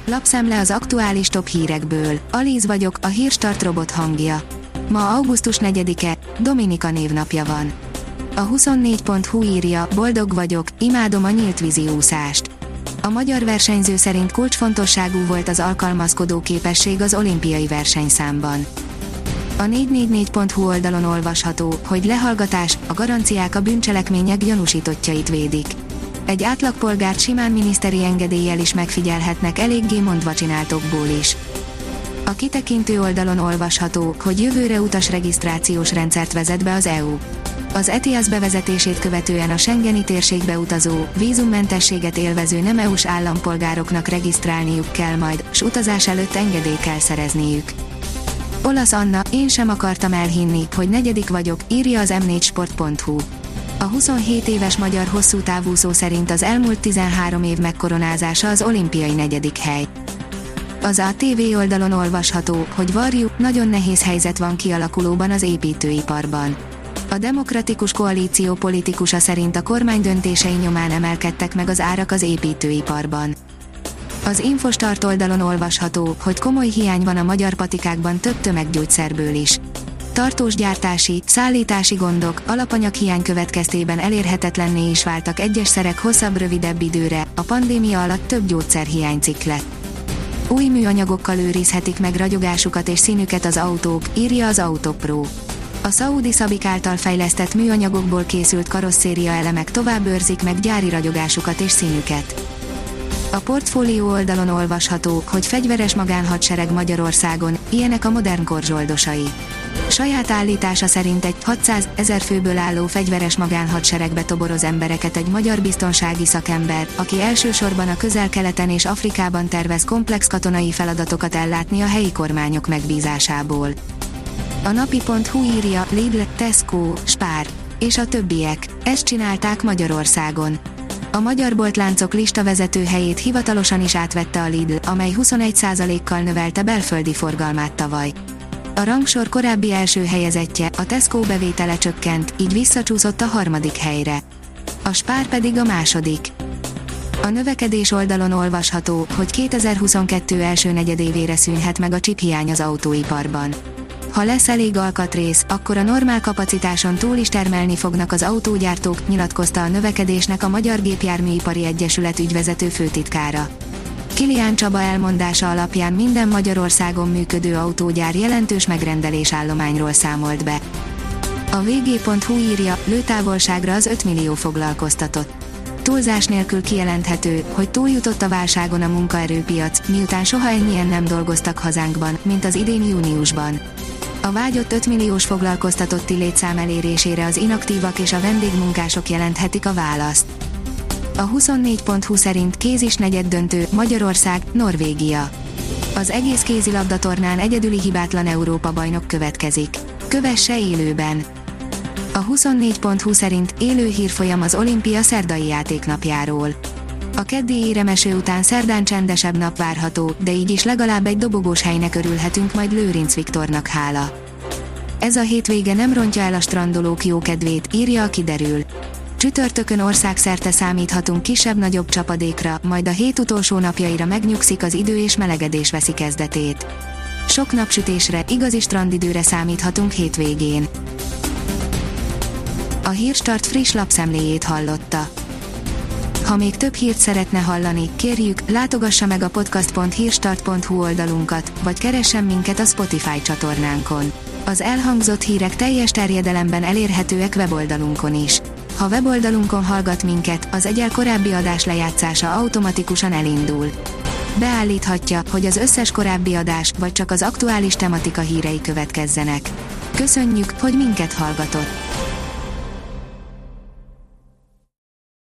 Lapszemle az aktuális top hírekből. Alíz vagyok, a Hírstart robot hangja. Ma augusztus 4-e, Dominika névnapja van. A 24.hu írja, boldog vagyok, imádom a nyílt vízi úszást. A magyar versenyző szerint kulcsfontosságú volt az alkalmazkodó képesség az olimpiai versenyszámban. A 444.hu oldalon olvasható, hogy lehallgatás, a garanciák a bűncselekmények gyanúsítottjait védik. Egy átlagpolgárt simán miniszteri engedéllyel is megfigyelhetnek eléggé mondva csináltokból is. A kitekintő oldalon olvasható, hogy jövőre utasregisztrációs rendszert vezet be az EU. Az ETIAS bevezetését követően a Schengeni térségbe utazó, vízummentességet élvező nem EU-s állampolgároknak regisztrálniuk kell majd, s utazás előtt engedélyt kell szerezniük. Olasz Anna, én sem akartam elhinni, hogy negyedik vagyok, írja az m4sport.hu. A 27 éves magyar hosszútávúszó szerint az elmúlt 13 év megkoronázása az olimpiai negyedik hely. Az ATV oldalon olvasható, hogy varjú, nagyon nehéz helyzet van kialakulóban az építőiparban. A Demokratikus Koalíció politikusa szerint a kormány döntései nyomán emelkedtek meg az árak az építőiparban. Az Infostart oldalon olvasható, hogy komoly hiány van a magyar patikákban több tömeggyógyszerből is. Tartós gyártási, szállítási gondok, alapanyaghiány következtében elérhetetlenné is váltak egyes szerek hosszabb-rövidebb időre, a pandémia alatt több gyógyszerhiány lett. Új műanyagokkal őrizhetik meg ragyogásukat és színüket az autók, írja az Autopro. A szaúdi Szabik által fejlesztett műanyagokból készült karosszéria elemek tovább őrzik meg gyári ragyogásukat és színüket. A Portfólió oldalon olvasható, hogy fegyveres magánhadsereg Magyarországon, ilyenek a modern kor zsoldosai. Saját állítása szerint egy 600 000 főből álló fegyveres magánhadseregbe toboroz embereket egy magyar biztonsági szakember, aki elsősorban a Közel-Keleten és Afrikában tervez komplex katonai feladatokat ellátni a helyi kormányok megbízásából. A napi.hu írja, Lidl, Tesco, Spar és a többiek. Ezt csinálták Magyarországon. A magyar boltláncok listavezető helyét hivatalosan is átvette a Lidl, amely 21%-kal növelte belföldi forgalmát tavaly. A rangsor korábbi első helyezettje, a Tesco bevétele csökkent, így visszacsúszott a harmadik helyre. A Spar pedig a második. A növekedés oldalon olvasható, hogy 2022 első negyedévére szűnhet meg a csiphiány az autóiparban. Ha lesz elég alkatrész, akkor a normál kapacitáson túl is termelni fognak az autógyártók, nyilatkozta a növekedésnek a Magyar Gépjárműipari Egyesület ügyvezető főtitkára. Kilián Csaba elmondása alapján minden Magyarországon működő autógyár jelentős megrendelésállományról számolt be. A vg.hu írja, lőtávolságra az 5 millió foglalkoztatott. Túlzás nélkül kijelenthető, hogy túljutott a válságon a munkaerőpiac, miután soha ennyien nem dolgoztak hazánkban, mint az idén júniusban. A vágyott 5 milliós foglalkoztatotti létszám elérésére az inaktívak és a vendégmunkások jelenthetik a választ. A 24.hu szerint kézis negyeddöntő, Magyarország, Norvégia. Az egész kézilabdatornán egyedüli hibátlan Európa-bajnok következik. Kövesse élőben! A 24.hu szerint élő hírfolyam az olimpia szerdai játéknapjáról. A keddi éremeső után szerdán csendesebb nap várható, de így is legalább egy dobogós helynek örülhetünk majd Lőrinc Viktornak hála. Ez a hétvége nem rontja el a strandolók jókedvét, írja a Kiderül. Csütörtökön országszerte számíthatunk kisebb-nagyobb csapadékra, majd a hét utolsó napjaira megnyugszik az idő és melegedés veszi kezdetét. Sok napsütésre, igazi strandidőre számíthatunk hétvégén. A Hírstart friss lapszemléjét hallotta. Ha még több hírt szeretne hallani, kérjük, látogassa meg a podcast.hírstart.hu oldalunkat, vagy keressen minket a Spotify csatornánkon. Az elhangzott hírek teljes terjedelemben elérhetőek weboldalunkon is. Ha weboldalunkon hallgat minket, az egyel korábbi adás lejátszása automatikusan elindul. Beállíthatja, hogy az összes korábbi adás, vagy csak az aktuális tematika hírei következzenek. Köszönjük, hogy minket hallgatott!